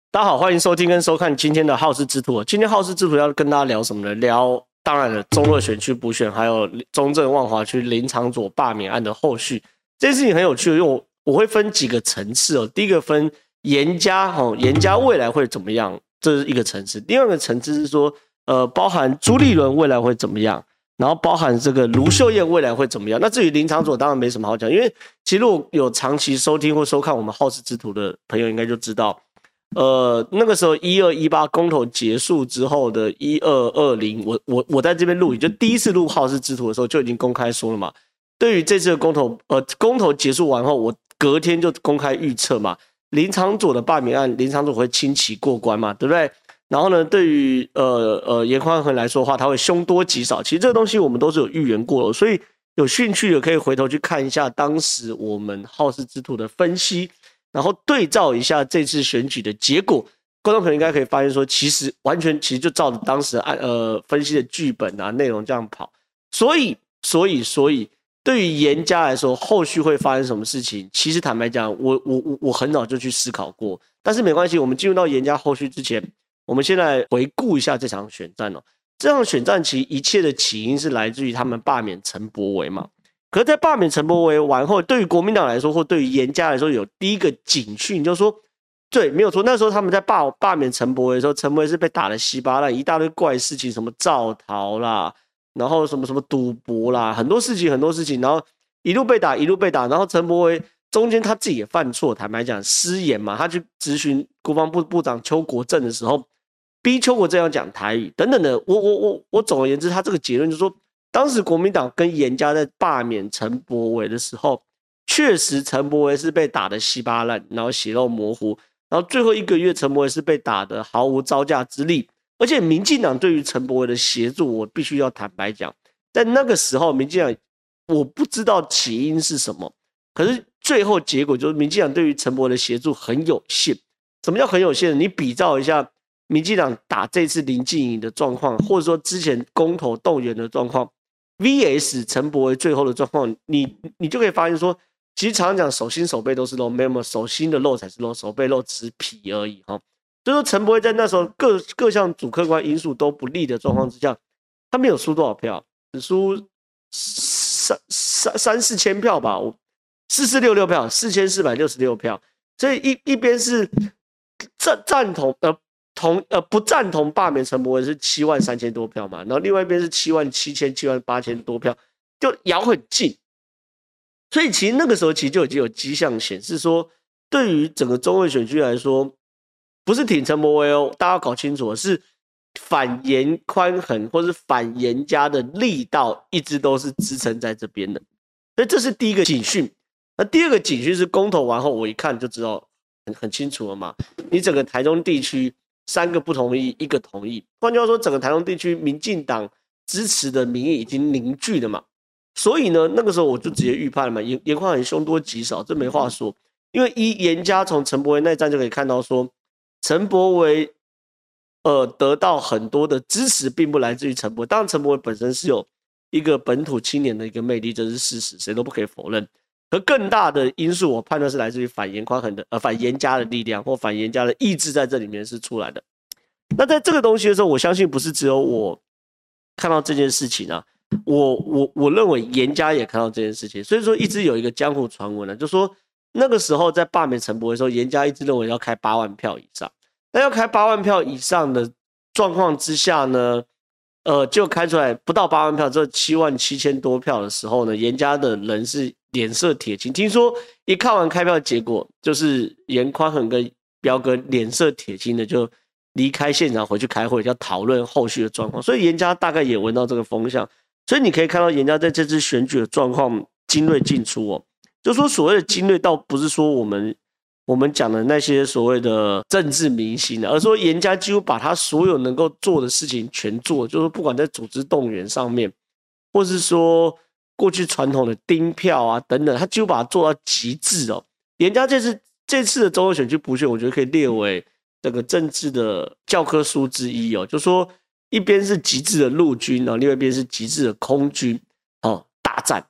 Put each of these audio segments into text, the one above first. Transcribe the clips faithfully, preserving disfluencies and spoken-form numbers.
大家好，欢迎收听跟收看今天的好事之徒。今天好事之徒要跟大家聊什么呢？聊当然了，中二选区补选，还有中正万华区林昶佐罢免案的后续。这件事情很有趣，因为我我会分几个层次哦。第一个分严家哦，严家未来会怎么样，这是一个层次。第二个层次是说，呃，包含朱立伦未来会怎么样，然后包含这个卢秀燕未来会怎么样。那至于林昶佐，当然没什么好讲，因为其实如果有长期收听或收看我们好事之徒的朋友，应该就知道。呃，那个时候一二一八公投结束之后的一二二零，我我我在这边录影，就第一次录好事之徒的时候就已经公开说了嘛。对于这次的公投，呃，公投结束完后，我隔天就公开预测嘛，林昶佐的罢免案，林昶佐会轻骑过关嘛，对不对？然后呢，对于呃呃严宽恒来说的话，他会凶多吉少。其实这个东西我们都是有预言过的，所以有兴趣的可以回头去看一下当时我们好事之徒的分析。然后对照一下这次选举的结果，观众朋友应该可以发现说，其实完全其实就照着当时按呃分析的剧本啊内容这样跑，所以所以所以对于严家来说，后续会发生什么事情，其实坦白讲，我我我我很早就去思考过，但是没关系，我们进入到严家后续之前，我们先来回顾一下这场选战哦。这场选战其实一切的起因是来自于他们罢免陈柏惟嘛。可是，在罢免陈柏惟完后，对于国民党来说，或对于严家来说，有第一个警讯，就是说，对，没有错。那时候他们在罢罢免陈柏惟的时候，陈柏惟是被打得稀巴烂，一大堆怪事情，什么造逃啦，然后什么什么赌博啦，很多事情，很多事情，然后一路被打，一路被打。然后陈柏惟中间他自己也犯错，坦白讲，失言嘛，他去质询国防部部长邱国正的时候，逼邱国正要讲台语等等的。我我我我总而言之，他这个结论就是说。当时国民党跟严家在罢免陈柏惟的时候，确实陈柏惟是被打得稀巴烂，然后血肉模糊，然后最后一个月陈柏惟是被打得毫无招架之力。而且民进党对于陈柏惟的协助，我必须要坦白讲，在那个时候民进党我不知道起因是什么，可是最后结果就是民进党对于陈柏惟的协助很有限。什么叫很有限？你比照一下民进党打这次林静怡的状况，或者说之前公投动员的状况。V S 陈柏惟最后的状况，你你就可以发现说，其实常常讲手心手背都是肉，没有没有手心的肉才是肉，手背肉只是皮而已哈。所以说陈柏惟在那时候各各项主客观因素都不利的状况之下，他没有输多少票，只输三三三四千票吧，四四六六票，四千四百六十六票。所以一一边是赞赞同呃。同呃不赞同罢免陈柏惟是七万三千多票嘛，然后另外一边是七万七千、七万八千多票，就咬很近。所以其实那个时候其实就已经有迹象显示说，对于整个中二选区来说，不是挺陈柏惟哦，大家要搞清楚，是反严宽恒或是反严家的力道一直都是支撑在这边的。所以这是第一个警讯。那第二个警讯是公投完后，我一看就知道很很清楚了嘛，你整个台中地区。三个不同意，一个同意。换句话说，整个台中地区民进党支持的民意已经凝聚了嘛。所以呢，那个时候我就直接预判了嘛，严严宽恒凶多吉少，这没话说。因为一严家从陈柏惟那一战就可以看到说，陈柏惟呃得到很多的支持，并不来自于陈柏惟。当然，陈柏惟本身是有一个本土青年的一个魅力，这是事实，谁都不可以否认。而更大的因素，我判断是来自于反严宽恒的，呃，反严家的力量或反严家的意志在这里面是出来的。那在这个东西的时候，我相信不是只有我看到这件事情啊，我我我认为严家也看到这件事情，所以说一直有一个江湖传闻呢、啊，就说那个时候在罢免陈柏惟的时候，严家一直认为要开八万票以上，那要开八万票以上的状况之下呢，呃，就开出来不到八万票，只有七万七千多票的时候呢，严家的人是。脸色铁青，听说一看完开票结果，就是严宽恒跟彪哥脸色铁青的就离开现场回去开会，要讨论后续的状况。所以严家大概也闻到这个风向，所以你可以看到严家在这次选举的状况精锐尽出哦。就说所谓的精锐，倒不是说我们我们讲的那些所谓的政治明星，而是说严家几乎把他所有能够做的事情全做，就是不管在组织动员上面，或是说。过去传统的丁票啊等等，他几乎把它做到极致哦。严家这次这次的中二选区补选，我觉得可以列为这个政治的教科书之一哦。就说一边是极致的陆军，然后另外一边是极致的空军，哦，大战。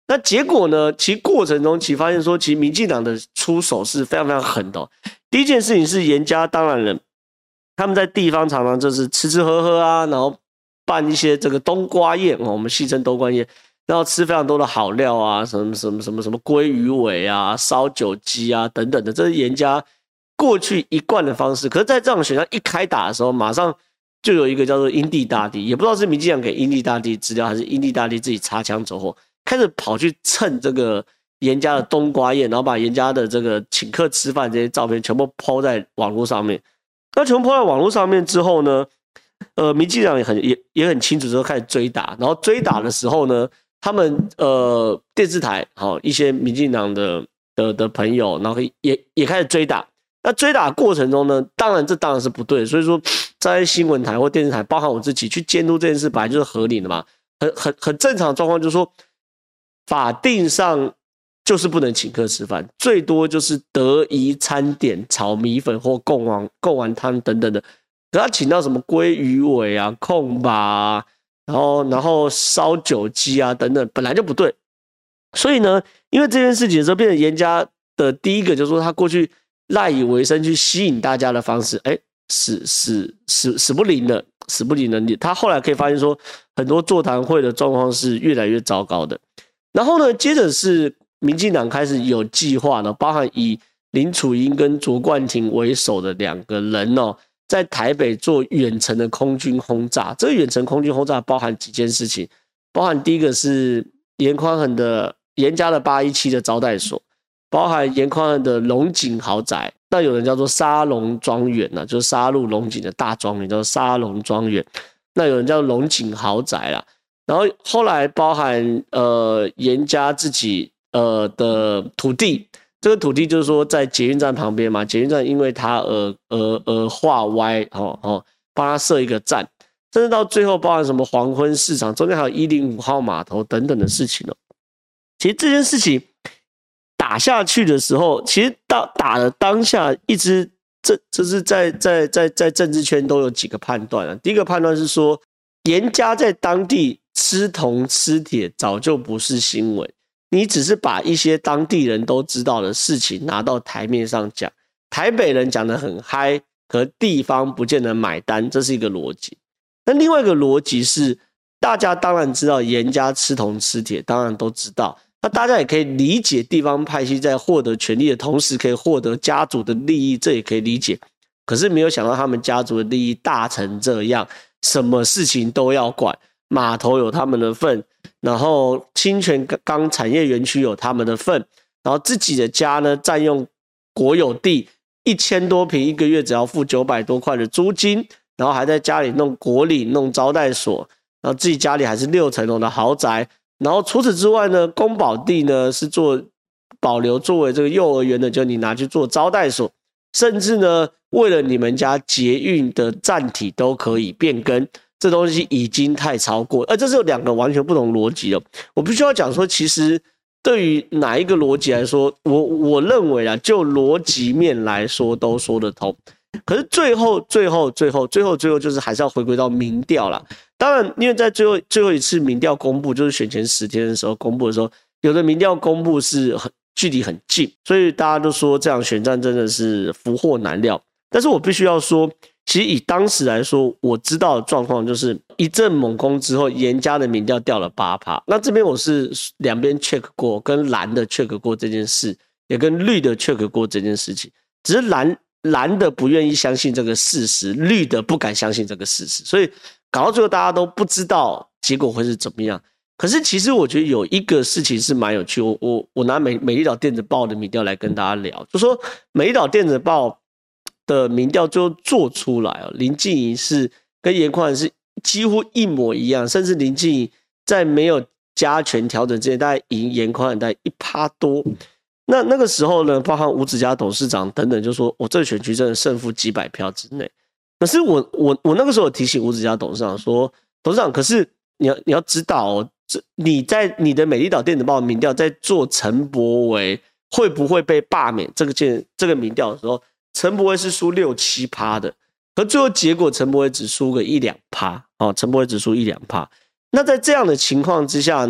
那结果呢？其实过程中，其实发现说，其实民进党的出手是非常非常狠的、哦。第一件事情是严家当然人，他们在地方常常就是吃吃喝喝啊，然后办一些这个冬瓜宴哦，我们戏称冬瓜宴，然后吃非常多的好料啊，什么什么什么什么鲑鱼尾啊、烧酒鸡啊等等的，这是严家过去一贯的方式。可是，在这种选项一开打的时候，马上就有一个叫做英帝大帝，也不知道是民进党给英帝大帝资料，还是英帝大帝自己擦枪走火。开始跑去蹭这个严家的冬瓜宴，然后把严家的这个请客吃饭这些照片全部 po 在网络上面。那全部 po 在网络上面之后呢，呃，民进党也很也也很清楚之后开始追打，然后追打的时候呢，他们呃电视台好、哦、一些民进党的的的朋友，然后也也开始追打。那追打的过程中呢，当然这当然是不对，所以说在新闻台或电视台，包含我自己去监督这件事，本来就是合理的嘛，很很很正常的状况，就是说。法定上就是不能请客吃饭，最多就是得宜餐点、炒米粉或贡丸、贡丸汤等等的。可他请到什么鲑鱼尾啊、控吧啊，然后然后烧酒鸡啊等等，本来就不对。所以呢，因为这件事情的时候，变成严家的第一个就是说他过去赖以为生去吸引大家的方式，哎，死死死死不灵了，死不灵了。他后来可以发现说，很多座谈会的状况是越来越糟糕的。然后呢，接着是民进党开始有计划的，包含以林楚英跟卓冠廷为首的两个人哦，在台北做远程的空军轰炸。这个远程空军轰炸包含几件事情，包含第一个是严宽恒的严家的八一七的招待所，包含严宽恒的龙井豪宅，那有人叫做沙龙庄园啊，就是沙鹿龙井的大庄园，叫做沙龙庄园。那有人叫龙井豪宅啦。然后后来包含呃严家自己呃的土地，这个土地就是说在捷运站旁边嘛，捷运站因为它而而而画歪哦哦，帮他设一个站，甚至到最后包含什么黄昏市场，中间还有一零五号码头等等的事情哦。其实这件事情打下去的时候，其实到打的当下，一直这这是在在在在政治圈都有几个判断啊。第一个判断是说，严家在当地。吃铜吃铁早就不是新闻，你只是把一些当地人都知道的事情拿到台面上讲，台北人讲得很嗨，可地方不见得买单，这是一个逻辑。那另外一个逻辑是，大家当然知道严家吃铜吃铁，当然都知道，那大家也可以理解地方派系在获得权力的同时可以获得家族的利益，这也可以理解。可是没有想到他们家族的利益大成这样，什么事情都要管。码头有他们的份，然后清泉岗产业园区有他们的份，然后自己的家呢占用国有地一千多坪，一个月只要付九百多块的租金，然后还在家里弄国礼、弄招待所，然后自己家里还是六层楼的豪宅，然后除此之外呢，公保地呢是做保留作为这个幼儿园的，就你拿去做招待所，甚至呢为了你们家捷运的站体都可以变更。这东西已经太超过，而这是有两个完全不同逻辑了。我必须要讲说，其实对于哪一个逻辑来说，我我认为啊，就逻辑面来说都说得通。可是最后、最后、最后、最后、最后，就是还是要回归到民调啦。当然，因为在最后最后一次民调公布，就是选前十天的时候公布的时候，有的民调公布是很距离很近，所以大家都说这场选战真的是福祸难料。但是我必须要说。其实以当时来说，我知道的状况就是一阵猛攻之后，严家的民调掉了 百分之八。那这边我是两边 check 过，跟蓝的 check 过这件事，也跟绿的 check 过这件事情。只是蓝蓝的不愿意相信这个事实，绿的不敢相信这个事实，所以搞到最后大家都不知道结果会是怎么样。可是其实我觉得有一个事情是蛮有趣，我我我拿美美丽岛电子报的民调来跟大家聊，就说美丽岛电子报。的民调最后做出来哦，林静怡是跟严宽恒是几乎一模一样，甚至林静怡在没有加权调整之前，大概赢严宽恒大概一趴多。那那个时候呢，包含吴子嘉董事长等等，就说我这个选区真的胜负几百票之内。可是我我我那个时候有提醒吴子嘉董事长说，董事长，可是你要你要知道哦，这你在你的美丽岛电子报民调在做陈柏惟会不会被罢免这个件这个民调的时候。陈柏惟是输六七趴的，可最后结果陈柏惟只输个一两趴哦，陈柏惟只输一两趴。那在这样的情况之下呢，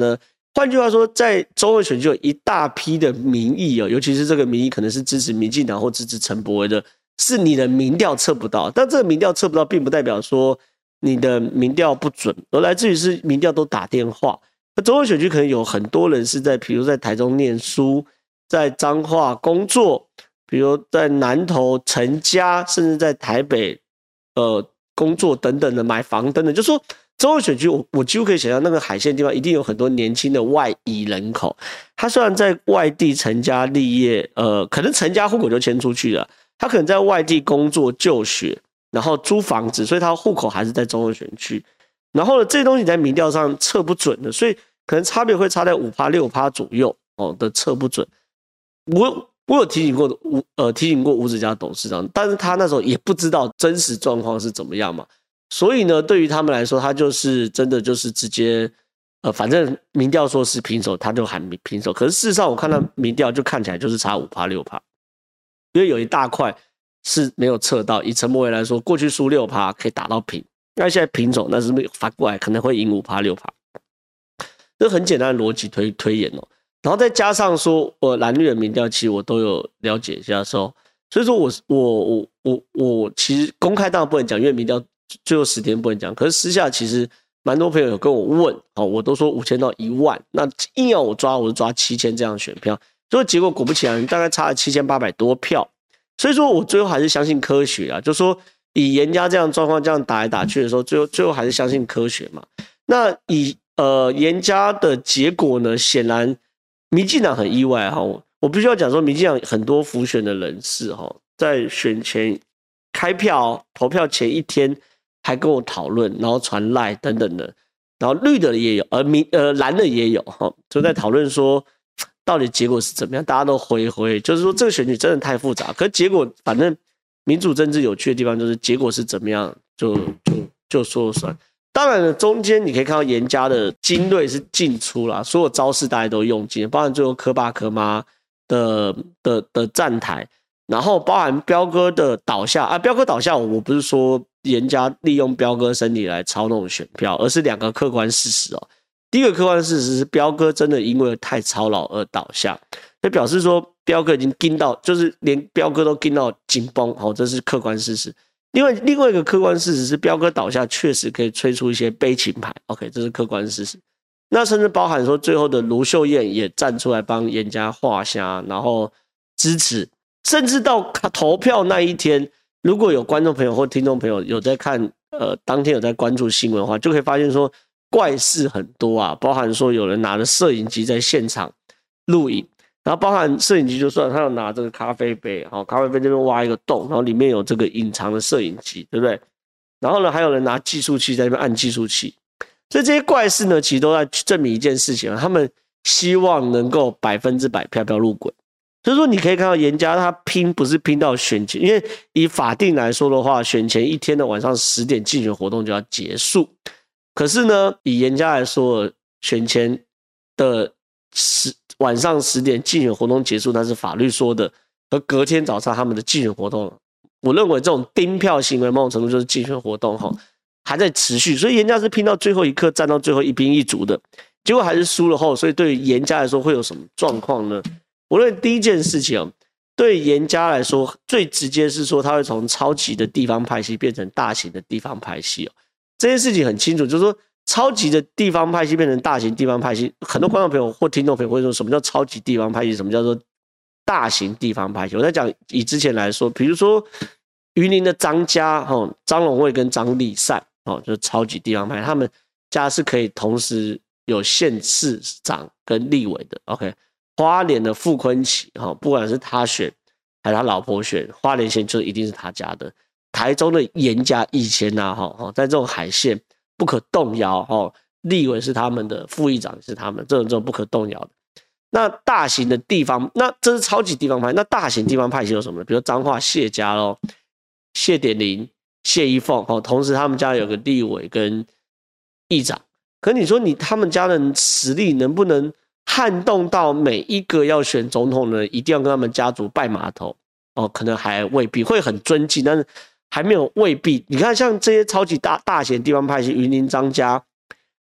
换句话说，在中二选区有一大批的民意哦，尤其是这个民意可能是支持民进党或支持陈柏惟的，是你的民调测不到。但这个民调测不到，并不代表说你的民调不准，而来自于是民调都打电话。那中二选区可能有很多人是在，比如在台中念书，在彰化工作，比如在南投成家，甚至在台北呃工作等等的，买房等等，就说中二选区我我几乎可以想象，那个海线地方一定有很多年轻的外移人口。他虽然在外地成家立业，呃，可能成家户口就迁出去了，他可能在外地工作就学，然后租房子，所以他户口还是在中二选区。然后呢，这些东西在民调上测不准的，所以可能差别会差在 百分之五 百分之六 左右哦的测不准。我我有提醒过吴呃提醒过吴子嘉董事长，但是他那时候也不知道真实状况是怎么样嘛，所以呢，对于他们来说，他就是真的就是直接呃，反正民调说是平手，他就喊平手。可是事实上，我看到民调就看起来就是差 百分之五 百分之六， 因为有一大块是没有测到。以陈柏惟来说，过去输 百分之六 可以打到平，那现在平手，那是不是反过来可能会赢 百分之五 百分之六？ 这很简单的逻辑推推演哦。然后再加上说，我蓝绿的民调其实我都有了解一下的时候，所以说我我我我我其实公开当然不能讲，因为民调最后十天不能讲。可是私下其实蛮多朋友有跟我问，哦，我都说五千到一万，那硬要我抓，我就抓七千这样的选票。所以结果果不其然，大概差了七千八百多票。所以说我最后还是相信科学啊，就说以严家这样状况这样打来打去的时候，最后最后还是相信科学嘛。那以呃严家的结果呢，显然民进党很意外哈，我必须要讲说，民进党很多辅选的人士哈，在选前开票投票前一天还跟我讨论，然后传赖等等的，然后绿的也有，而民呃蓝的也有哈，就在讨论说到底结果是怎么样，大家都回回，就是说这个选举真的太复杂，可是结果反正民主政治有趣的地方就是结果是怎么样就就就说了算。当然了，中间你可以看到严家的精锐是进出啦，所有招式大家都用尽，包含最后柯爸柯妈的的的站台，然后包含彪哥的倒下啊，彪哥倒下，我不是说严家利用彪哥身体来操弄选票，而是两个客观事实哦。第一个客观事实是彪哥真的因为太操劳而倒下，就表示说彪哥已经盯到，就是连彪哥都盯到紧绷，哦，这是客观事实。另外另外一个客观事实是，彪哥倒下确实可以吹出一些悲情牌 ，OK， 这是客观事实。那甚至包含说，最后的卢秀燕也站出来帮严家画虾，然后支持，甚至到投票那一天，如果有观众朋友或听众朋友有在看，呃，当天有在关注新闻的话，就可以发现说怪事很多啊，包含说有人拿着摄影机在现场录影。然后包含摄影机就算，他要拿这个咖啡杯，好，咖啡杯这边挖一个洞，然后里面有这个隐藏的摄影机，对不对？然后呢，还有人拿计数器在那边按计数器，所以这些怪事呢，其实都在证明一件事情，他们希望能够百分之百票票入轨。所以说，你可以看到严家他拼不是拼到选前，因为以法定来说的话，选前一天的晚上十点竞选活动就要结束。可是呢，以严家来说，选前的十晚上十点竞选活动结束，那是法律说的，而隔天早上他们的竞选活动，我认为这种盯票行为某种程度就是竞选活动哈，还在持续，所以严家是拼到最后一刻，站到最后一兵一卒的，结果还是输了后，所以对于严家来说会有什么状况呢？我认为第一件事情，对严家来说最直接是说，他会从超级的地方派系变成大型的地方派系哦，这件事情很清楚，就是说。超级的地方派系变成大型地方派系，很多观众朋友或听众朋友会说，什么叫超级地方派系？什么叫做大型地方派系？我在讲以之前来说，比如说云林的张家、张荣卫跟张立善，就是超级地方派，他们家是可以同时有县市长跟立委的。OK， 花莲的傅昆萁，不管是他选还是他老婆选，花莲县就一定是他家的。台中的严家以前啊，在这种海线。不可动摇哦，立委是他们的，副议长是他们，这种这种不可动摇的。那大型的地方，那这是超级地方派。那大型地方派系有什么呢？比如彰化谢家咯，谢点玲、谢依凤哦，同时他们家有个立委跟议长。可你说你他们家的实力能不能撼动到每一个要选总统的人一定要跟他们家族拜码头哦？可能还未必，会很尊敬，但是。还没有未必，你看像这些超级大大型地方派系，云林张家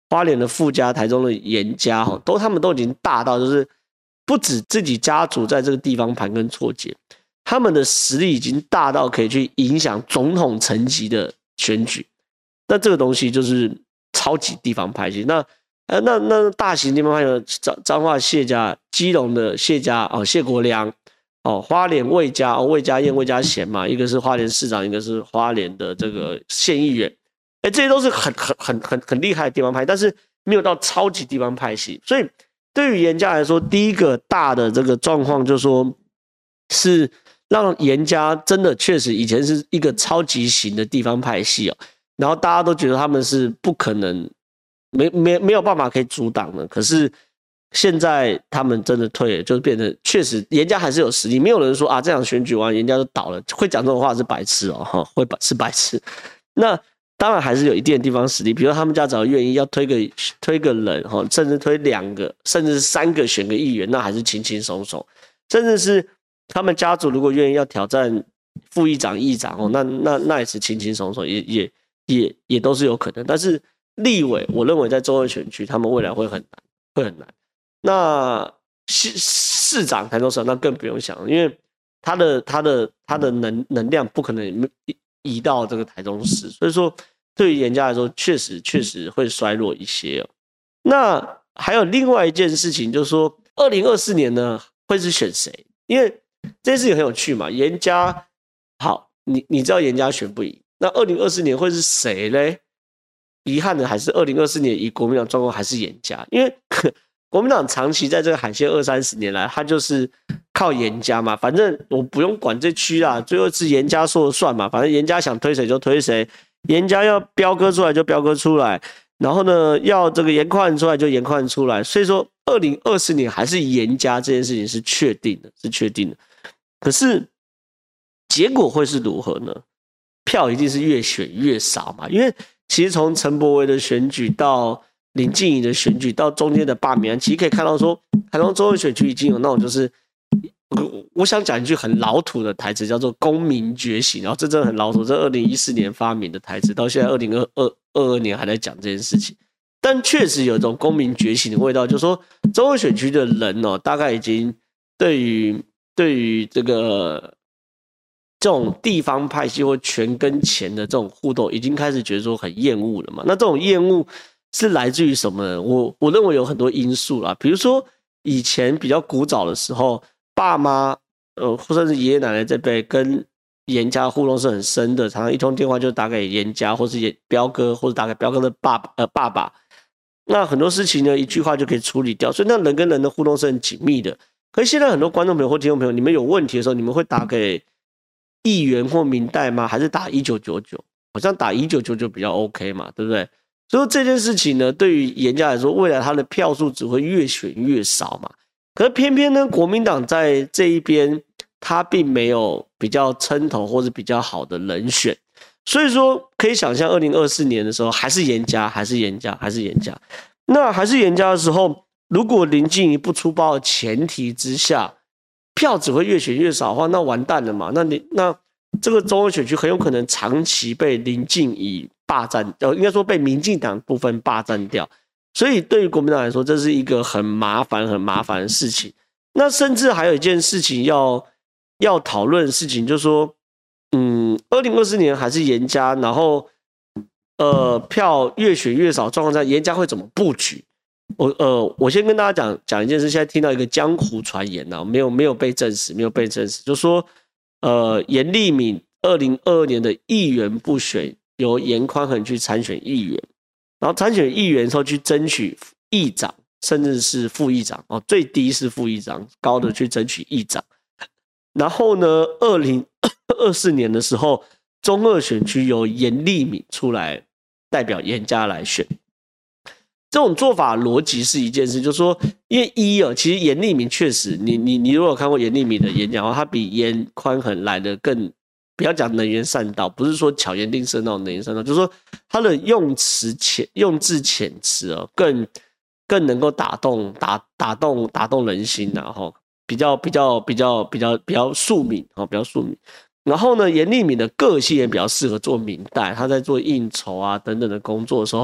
花莲的富家、台中的严家，都他们都已经大到就是不止自己家族在这个地方盘根错节，他们的实力已经大到可以去影响总统层级的选举。那这个东西就是超级地方派系。那呃那那大型地方派有彰彰化谢家、基隆的谢家哦谢国良哦，花莲魏家哦魏家燕、魏家贤嘛，一个是花莲市长，一个是花莲的这个县议员。哎，这些都是很很很很很厉害的地方派，但是没有到超级地方派系。所以对于严家来说，第一个大的这个状况就是说，是让严家真的确实以前是一个超级型的地方派系哦，然后大家都觉得他们是不可能没没没有办法可以阻挡的。可是现在他们真的退了，就变成确实严家还是有实力，没有人说啊这样选举完严家就倒了，会讲这种话是白痴哦，哈，会是白痴。那当然还是有一定的地方实力，比如他们家只要愿意要推个推个人，甚至推两个，甚至是三个选个议员，那还是轻轻松松。甚至是他们家族如果愿意要挑战副议长、议长，那那那也是轻轻松松，也也也也都是有可能。但是立委，我认为在中二选区，他们未来会很难，会很难。那市市长、台中市长那更不用想，因为他的他的他的能能量不可能移到这个台中市，所以说对于严家来说，确实确实会衰弱一些哦。那还有另外一件事情，就是说二零二四年呢会是选谁？因为这件事情很有趣嘛。严家好，你你知道严家选不赢，那二零二四年会是谁嘞？遗憾的还是二零二四年以国民党状况还是严家，因为国民党长期在这个海线二三十年来，他就是靠严家嘛，反正我不用管这区啦，最后是严家说了算嘛，反正严家想推谁就推谁，严家要标歌出来就标歌出来，然后呢要这个严宽出来就严宽出来，所以说二零二四年还是严家这件事情是确定的，是确定的。可是结果会是如何呢？票一定是越选越少嘛，因为其实从陈柏惟的选举到林静仪的选举到中间的罢免案，其实可以看到说，台中中二选区已经有那种就是，我想讲一句很老土的台词，叫做公民觉醒，然后这真的很老土，这二零一四年发明的台词，到现在二零二二年还在讲这件事情。但确实有一种公民觉醒的味道，就是说中二选区的人哦，大概已经对于对于这个这种地方派系或权跟钱的这种互动，已经开始觉得说很厌恶了嘛。那这种厌恶是来自于什么呢？我我认为有很多因素啦，比如说以前比较古早的时候，爸妈呃或者是爷爷奶奶这辈跟严家互动是很深的，常常一通电话就打给严家，或是严彪哥，或者打给彪哥的爸呃爸爸。那很多事情呢，一句话就可以处理掉，所以那人跟人的互动是很紧密的。可是现在很多观众朋友或听众朋友，你们有问题的时候，你们会打给议员或民代吗？还是打一九九九？好像打一九九九比较 OK 嘛，对不对？所以这件事情呢，对于严家来说，未来他的票数只会越选越少嘛。可是偏偏呢，国民党在这一边，他并没有比较称头或是比较好的人选，所以说可以想象，二零二四年的时候，还是严家，还是严家，还是严家。那还是严家的时候，如果林静仪不出包的前提之下，票只会越选越少的话，那完蛋了嘛？那你那这个中二选区很有可能长期被林静仪霸占，呃，应该说被民进党部分霸占掉。所以对于国民党来说，这是一个很麻烦、很麻烦的事情。那甚至还有一件事情要要讨论的事情，就是说，嗯，二零二四年还是严家，然后呃票越选越少状况下，严家会怎么布局？我呃，我先跟大家讲讲一件事，现在听到一个江湖传言啊，没有没有被证实，没有被证实，就说呃，严立敏二零二二年的议员不选，由严宽恒去参选议员，然后参选议员之后去争取议长，甚至是副议长哦，最低是副议长，高的去争取议长。然后呢，二零二四年的时候，中二选区由严立敏出来代表严家来选。这种做法逻辑是一件事，就是说，因为一哦，其实严立敏确实，你你你如果有看过严立敏的演讲的话，他比严宽恒来的更，不要讲能言善道，不是说巧言令色那种能言善道，就是说他的用词浅用字遣词哦，更更能够打动打打动打动人心，然后比较比较比较比较比较庶民哦，比较庶民。然后呢，严立敏的个性也比较适合做民代，他在做应酬啊等等的工作的时候。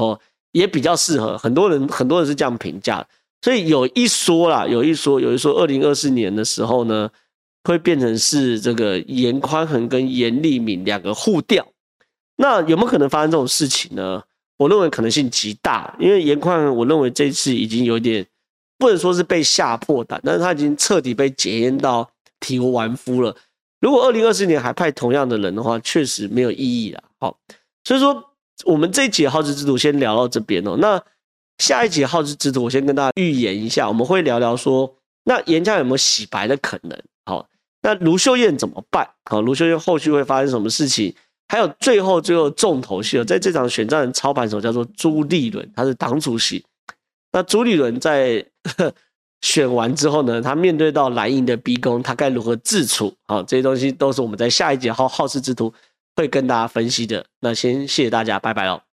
也比较适合，很多人很多人是这样评价的。所以有一说啦，有一说有一说，二零二四年的时候呢，会变成是这个严宽恒跟严立敏两个互调。那有没有可能发生这种事情呢？我认为可能性极大，因为严宽恒，我认为这次已经有点不能说是被吓破胆，但是他已经彻底被检验到体无完肤了。如果二零二四年还派同样的人的话，确实没有意义了。好，所以说我们这一集的好事之徒先聊到这边哦。那下一集的好事之徒，我先跟大家预言一下，我们会聊聊说，那严家有没有洗白的可能？好，那卢秀燕怎么办？好，卢秀燕后续会发生什么事情？还有最后最后重头戏了，在这场选战的操盘手叫做朱立伦，他是党主席。那朱立伦在选完之后呢，他面对到蓝营的逼宫，他该如何自处？好，这些东西都是我们在下一节好好事之徒会跟大家分析的。那先谢谢大家，拜拜喽。